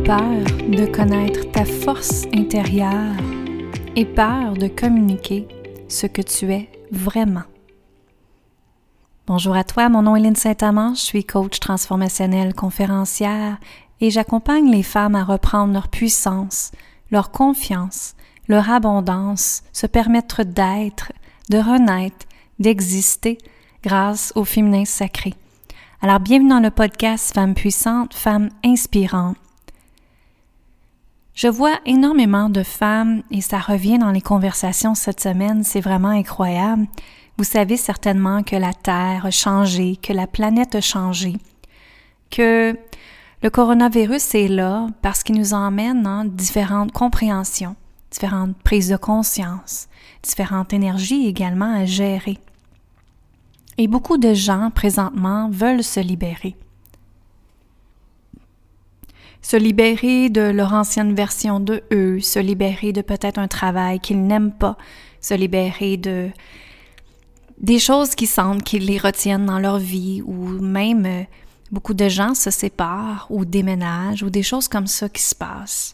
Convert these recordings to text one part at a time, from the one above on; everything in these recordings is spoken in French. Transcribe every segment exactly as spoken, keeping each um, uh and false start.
peur de connaître ta force intérieure et peur de communiquer ce que tu es vraiment. Bonjour à toi, mon nom est Lynne Saint-Amand, je suis coach transformationnelle conférencière et j'accompagne les femmes à reprendre leur puissance, leur confiance, leur abondance, se permettre d'être, de renaître, d'exister grâce au féminin sacré. Alors, bienvenue dans le podcast Femmes puissantes, Femmes inspirantes. Je vois énormément de femmes, et ça revient dans les conversations cette semaine, c'est vraiment incroyable. Vous savez certainement que la Terre a changé, que la planète a changé, que le coronavirus est là parce qu'il nous emmène dans différentes compréhensions, différentes prises de conscience, différentes énergies également à gérer. Et beaucoup de gens, présentement, veulent se libérer. Se libérer de leur ancienne version de eux, se libérer de peut-être un travail qu'ils n'aiment pas, se libérer de des choses qui sentent qu'ils les retiennent dans leur vie, ou même euh, beaucoup de gens se séparent ou déménagent, ou des choses comme ça qui se passent.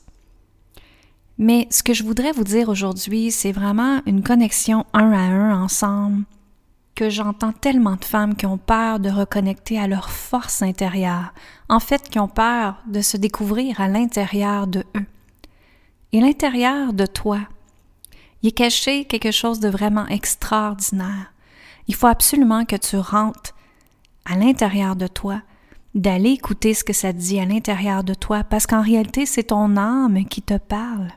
Mais ce que je voudrais vous dire aujourd'hui, c'est vraiment une connexion un à un ensemble, que j'entends tellement de femmes qui ont peur de reconnecter à leur force intérieure, en fait qui ont peur de se découvrir à l'intérieur de eux. Et l'intérieur de toi, il est caché quelque chose de vraiment extraordinaire. Il faut absolument que tu rentres à l'intérieur de toi, d'aller écouter ce que ça te dit à l'intérieur de toi, parce qu'en réalité, c'est ton âme qui te parle.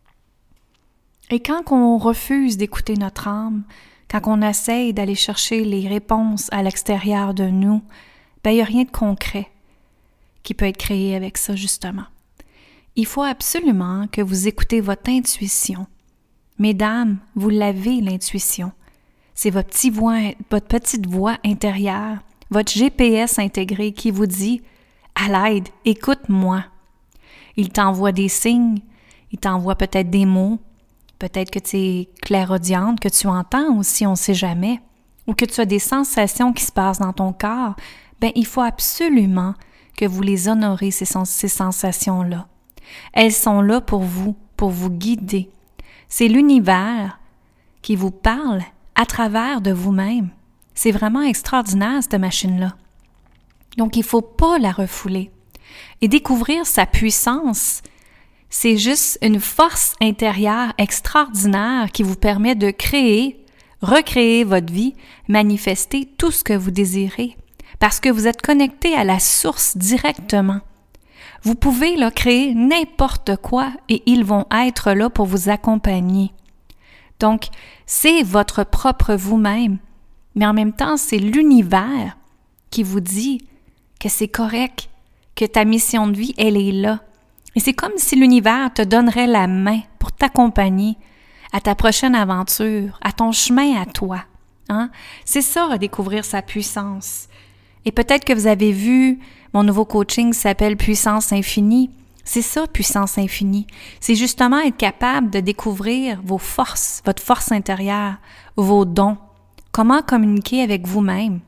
Et quand on refuse d'écouter notre âme, quand on essaye d'aller chercher les réponses à l'extérieur de nous, ben, il n'y a rien de concret qui peut être créé avec ça, justement. Il faut absolument que vous écoutez votre intuition. Mesdames, vous l'avez, l'intuition. C'est votre, petit voix, votre petite voix intérieure, votre G P S intégré qui vous dit « à l'aide, écoute-moi ». Il t'envoie des signes, il t'envoie peut-être des mots, peut-être que tu es clairaudiente, que tu entends aussi, on ne sait jamais, ou que tu as des sensations qui se passent dans ton corps, bien, il faut absolument que vous les honorez, ces, sens- ces sensations-là. Elles sont là pour vous, pour vous guider. C'est l'univers qui vous parle à travers de vous-même. C'est vraiment extraordinaire, cette machine-là. Donc, il ne faut pas la refouler. Et découvrir sa puissance, c'est juste une force intérieure extraordinaire qui vous permet de créer, recréer votre vie, manifester tout ce que vous désirez, parce que vous êtes connecté à la source directement. Vous pouvez là, créer n'importe quoi et ils vont être là pour vous accompagner. Donc, c'est votre propre vous-même, mais en même temps, c'est l'univers qui vous dit que c'est correct, que ta mission de vie, elle est là. Et c'est comme si l'univers te donnerait la main pour t'accompagner à ta prochaine aventure, à ton chemin à toi. Hein? C'est ça, redécouvrir sa puissance. Et peut-être que vous avez vu, mon nouveau coaching s'appelle Puissance Infinie. C'est ça, Puissance Infinie. C'est justement être capable de découvrir vos forces, votre force intérieure, vos dons. Comment communiquer avec vous-même,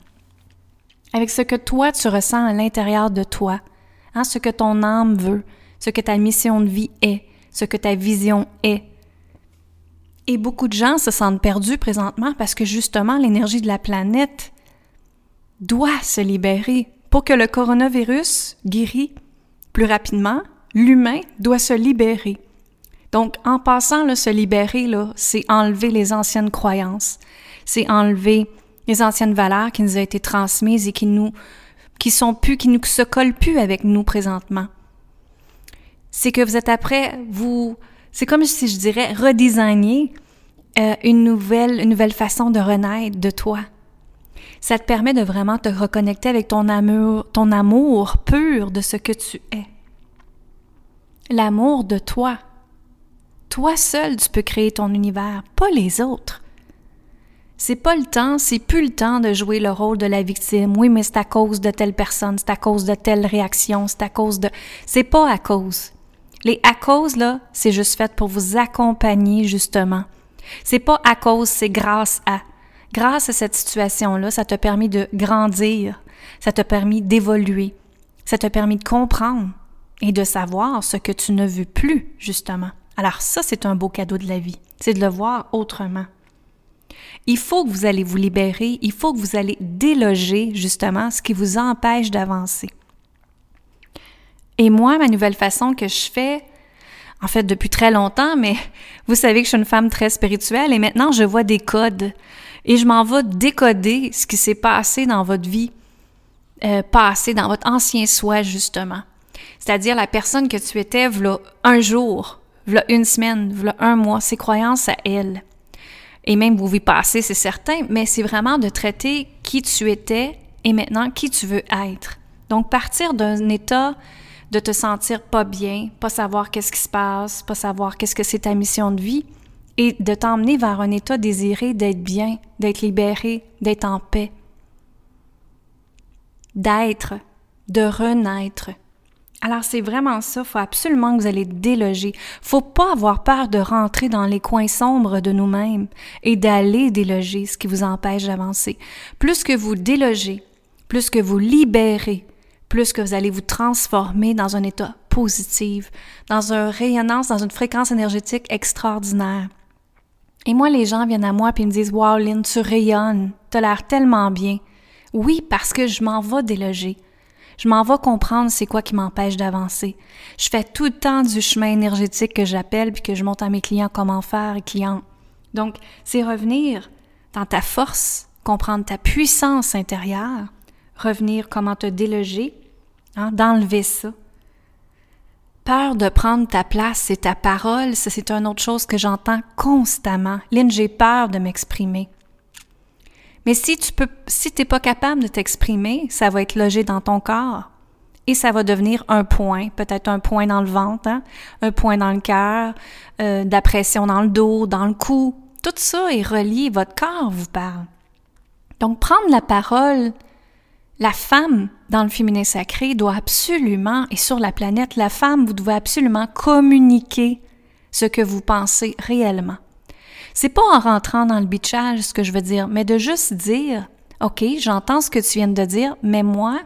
avec ce que toi, tu ressens à l'intérieur de toi, hein? Ce que ton âme veut, ce que ta mission de vie est, ce que ta vision est. Et beaucoup de gens se sentent perdus présentement parce que justement, l'énergie de la planète doit se libérer. Pour que le coronavirus guérit plus rapidement, l'humain doit se libérer. Donc, en passant, là, se libérer, là, c'est enlever les anciennes croyances, c'est enlever les anciennes valeurs qui nous ont été transmises et qui nous, qui sont plus, qui nous se collent plus avec nous présentement. C'est que vous êtes après, vous, c'est comme si je dirais redesigner euh, une nouvelle, une nouvelle façon de renaître de toi. Ça te permet de vraiment te reconnecter avec ton amour, ton amour pur de ce que tu es. L'amour de toi. Toi seul, tu peux créer ton univers, pas les autres. C'est pas le temps, c'est plus le temps de jouer le rôle de la victime. Oui, mais c'est à cause de telle personne, c'est à cause de telle réaction, c'est à cause de... C'est pas à cause. Les à cause, là, c'est juste fait pour vous accompagner, justement. C'est pas à cause, c'est grâce à. Grâce à cette situation-là, ça t'a permis de grandir, ça t'a permis d'évoluer, ça t'a permis de comprendre et de savoir ce que tu ne veux plus, justement. Alors ça, c'est un beau cadeau de la vie, c'est de le voir autrement. Il faut que vous allez vous libérer, il faut que vous allez déloger, justement, ce qui vous empêche d'avancer. Et moi, ma nouvelle façon que je fais, en fait, depuis très longtemps, mais vous savez que je suis une femme très spirituelle et maintenant, je vois des codes et je m'en vais décoder ce qui s'est passé dans votre vie, euh, passé dans votre ancien soi, justement. C'est-à-dire la personne que tu étais, v'là un jour, v'là une semaine, v'là un mois, ses croyances à elle. Et même vous y passez, c'est certain, mais c'est vraiment de traiter qui tu étais et maintenant qui tu veux être. Donc, partir d'un état de te sentir pas bien, pas savoir qu'est-ce qui se passe, pas savoir qu'est-ce que c'est ta mission de vie, et de t'emmener vers un état désiré d'être bien, d'être libéré, d'être en paix, d'être, de renaître. Alors, c'est vraiment ça, il faut absolument que vous allez déloger. Faut pas avoir peur de rentrer dans les coins sombres de nous-mêmes et d'aller déloger ce qui vous empêche d'avancer. Plus que vous délogez, plus que vous libérez, plus que vous allez vous transformer dans un état positif, dans une rayonnance, dans une fréquence énergétique extraordinaire. Et moi, les gens viennent à moi et me disent « Wow, Lynn, tu rayonnes, t'as l'air tellement bien. » Oui, parce que je m'en vais déloger. Je m'en vais comprendre c'est quoi qui m'empêche d'avancer. Je fais tout le temps du chemin énergétique que j'appelle puis que je montre à mes clients comment faire et clientes. Donc, c'est revenir dans ta force, comprendre ta puissance intérieure, revenir comment te déloger, hein, d'enlever ça. Peur de prendre ta place, c'est ta parole, ça c'est une autre chose que j'entends constamment. Lynn, j'ai peur de m'exprimer. Mais si tu peux, si t'es pas capable de t'exprimer, ça va être logé dans ton corps et ça va devenir un point, peut-être un point dans le ventre, hein, un point dans le cœur, euh, de la pression dans le dos, dans le cou. Tout ça est relié, votre corps vous parle. Donc, prendre la parole, la femme dans le féminin sacré doit absolument, et sur la planète, la femme, vous devez absolument communiquer ce que vous pensez réellement. C'est pas en rentrant dans le bitchage ce que je veux dire, mais de juste dire « OK, j'entends ce que tu viens de dire, mais moi,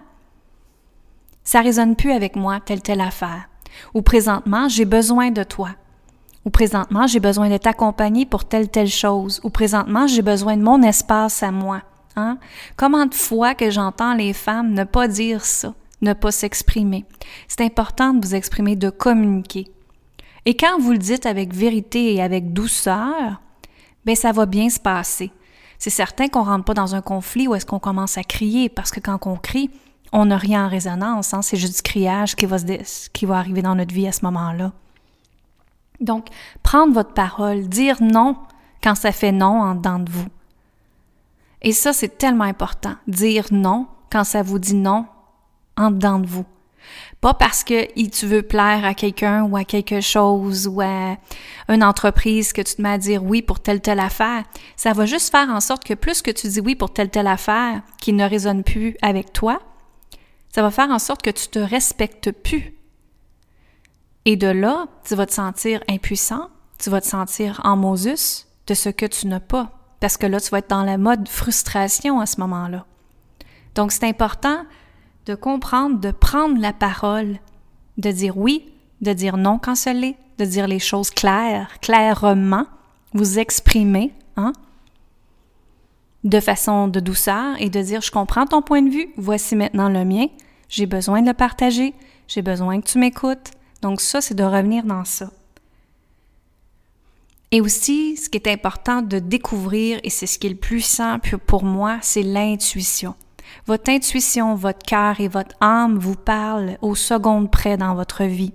ça résonne plus avec moi, telle, telle affaire. » Ou présentement, j'ai besoin de toi. Ou présentement, j'ai besoin de t'accompagner pour telle, telle chose. Ou présentement, j'ai besoin de mon espace à moi. Hein? Combien de fois que j'entends les femmes ne pas dire ça, ne pas s'exprimer. C'est important de vous exprimer, de communiquer. Et quand vous le dites avec vérité et avec douceur, bien, ça va bien se passer. C'est certain qu'on ne rentre pas dans un conflit où est-ce qu'on commence à crier, parce que quand on crie, on n'a rien en résonance. Hein? C'est juste du criage qui va, se, qui va arriver dans notre vie à ce moment-là. Donc, prendre votre parole, dire non quand ça fait non en dedans de vous. Et ça, c'est tellement important. Dire non quand ça vous dit non en dedans de vous. Pas parce que tu veux plaire à quelqu'un ou à quelque chose ou à une entreprise que tu te mets à dire oui pour telle telle affaire. Ça va juste faire en sorte que plus que tu dis oui pour telle telle affaire qui ne résonne plus avec toi, ça va faire en sorte que tu te respectes plus. Et de là, tu vas te sentir impuissant, tu vas te sentir en Moses de ce que tu n'as pas. Parce que là, tu vas être dans le mode frustration à ce moment-là. Donc, c'est important de comprendre, de prendre la parole, de dire oui, de dire non quand ça l'est, de dire les choses claires, clairement, vous exprimer, hein, de façon de douceur et de dire « Je comprends ton point de vue, voici maintenant le mien, j'ai besoin de le partager, j'ai besoin que tu m'écoutes. » Donc ça, c'est de revenir dans ça. Et aussi, ce qui est important de découvrir, et c'est ce qui est le plus puissant pour moi, c'est l'intuition. Votre intuition, votre cœur et votre âme vous parlent aux secondes près dans votre vie.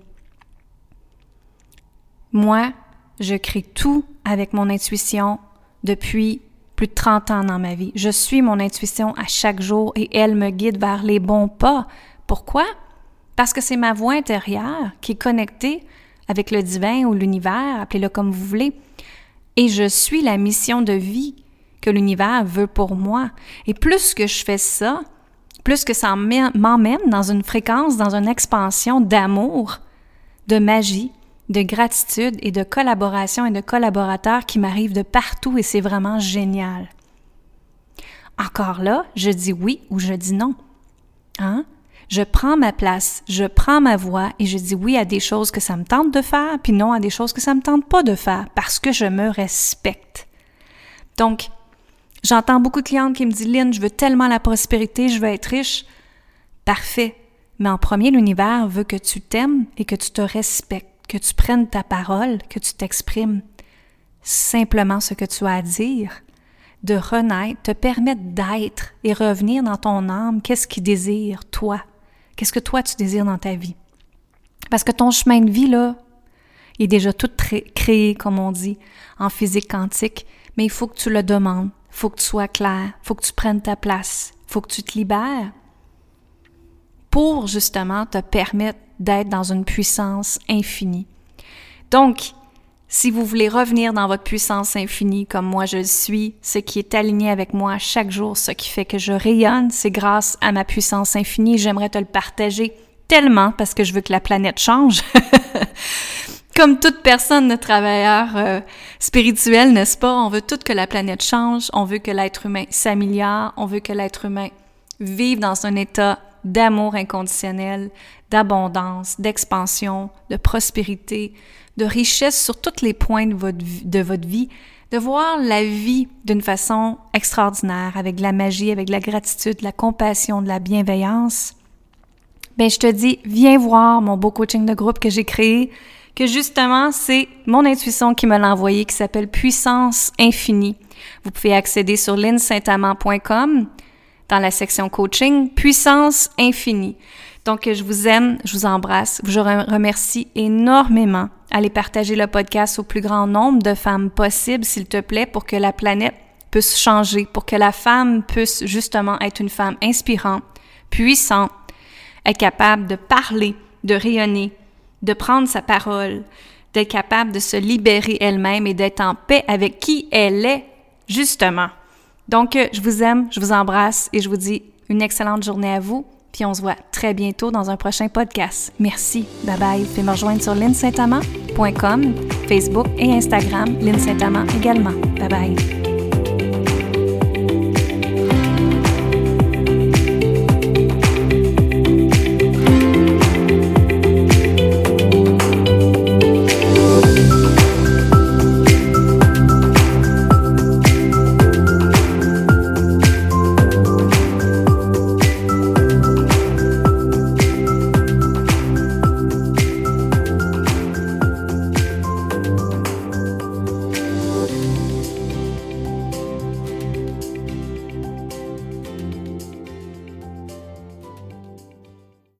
Moi, je crée tout avec mon intuition depuis plus de trente ans dans ma vie. Je suis mon intuition à chaque jour et elle me guide vers les bons pas. Pourquoi? Parce que c'est ma voix intérieure qui est connectée avec le divin ou l'univers, appelez-le comme vous voulez. Et je suis la mission de vie que l'univers veut pour moi. Et plus que je fais ça, plus que ça m'emmène dans une fréquence, dans une expansion d'amour, de magie, de gratitude et de collaboration et de collaborateurs qui m'arrivent de partout et c'est vraiment génial. Encore là, je dis oui ou je dis non. Hein? Je prends ma place, je prends ma voix et je dis oui à des choses que ça me tente de faire, puis non à des choses que ça me tente pas de faire, parce que je me respecte. Donc, j'entends beaucoup de clientes qui me disent « Lynn, je veux tellement la prospérité, je veux être riche. » Parfait. Mais en premier, l'univers veut que tu t'aimes et que tu te respectes, que tu prennes ta parole, que tu t'exprimes simplement ce que tu as à dire, de renaître, te permettre d'être et revenir dans ton âme. Qu'est-ce qui désire, toi? Qu'est-ce que toi, tu désires dans ta vie? Parce que ton chemin de vie, là, est déjà tout créé, comme on dit, en physique quantique, mais il faut que tu le demandes, il faut que tu sois clair, il faut que tu prennes ta place, il faut que tu te libères pour, justement, te permettre d'être dans une puissance infinie. Donc, si vous voulez revenir dans votre puissance infinie comme moi je le suis, ce qui est aligné avec moi chaque jour, ce qui fait que je rayonne, c'est grâce à ma puissance infinie. J'aimerais te le partager tellement parce que je veux que la planète change. Comme toute personne de travailleur euh, spirituel, n'est-ce pas? On veut tout que la planète change, on veut que l'être humain s'améliore, on veut que l'être humain vive dans un état d'amour inconditionnel, d'abondance, d'expansion, de prospérité, de richesse sur tous les points de votre, de votre vie, de voir la vie d'une façon extraordinaire, avec de la magie, avec de la gratitude, de la compassion, de la bienveillance. Ben, je te dis, viens voir mon beau coaching de groupe que j'ai créé, que justement, c'est mon intuition qui me l'a envoyé, qui s'appelle Puissance Infinie. Vous pouvez accéder sur lynn saint amand point com dans la section coaching, Puissance Infinie. Donc, je vous aime, je vous embrasse, je vous remercie énormément. Allez partager le podcast au plus grand nombre de femmes possible, s'il te plaît, pour que la planète puisse changer, pour que la femme puisse justement être une femme inspirante, puissante, être capable de parler, de rayonner, de prendre sa parole, d'être capable de se libérer elle-même et d'être en paix avec qui elle est, justement. Donc, je vous aime, je vous embrasse et je vous dis une excellente journée à vous. Puis on se voit très bientôt dans un prochain podcast. Merci. Bye bye. Fais me rejoindre sur lynn saint amand point com, Facebook et Instagram, Lynn Saint Amand également. Bye bye.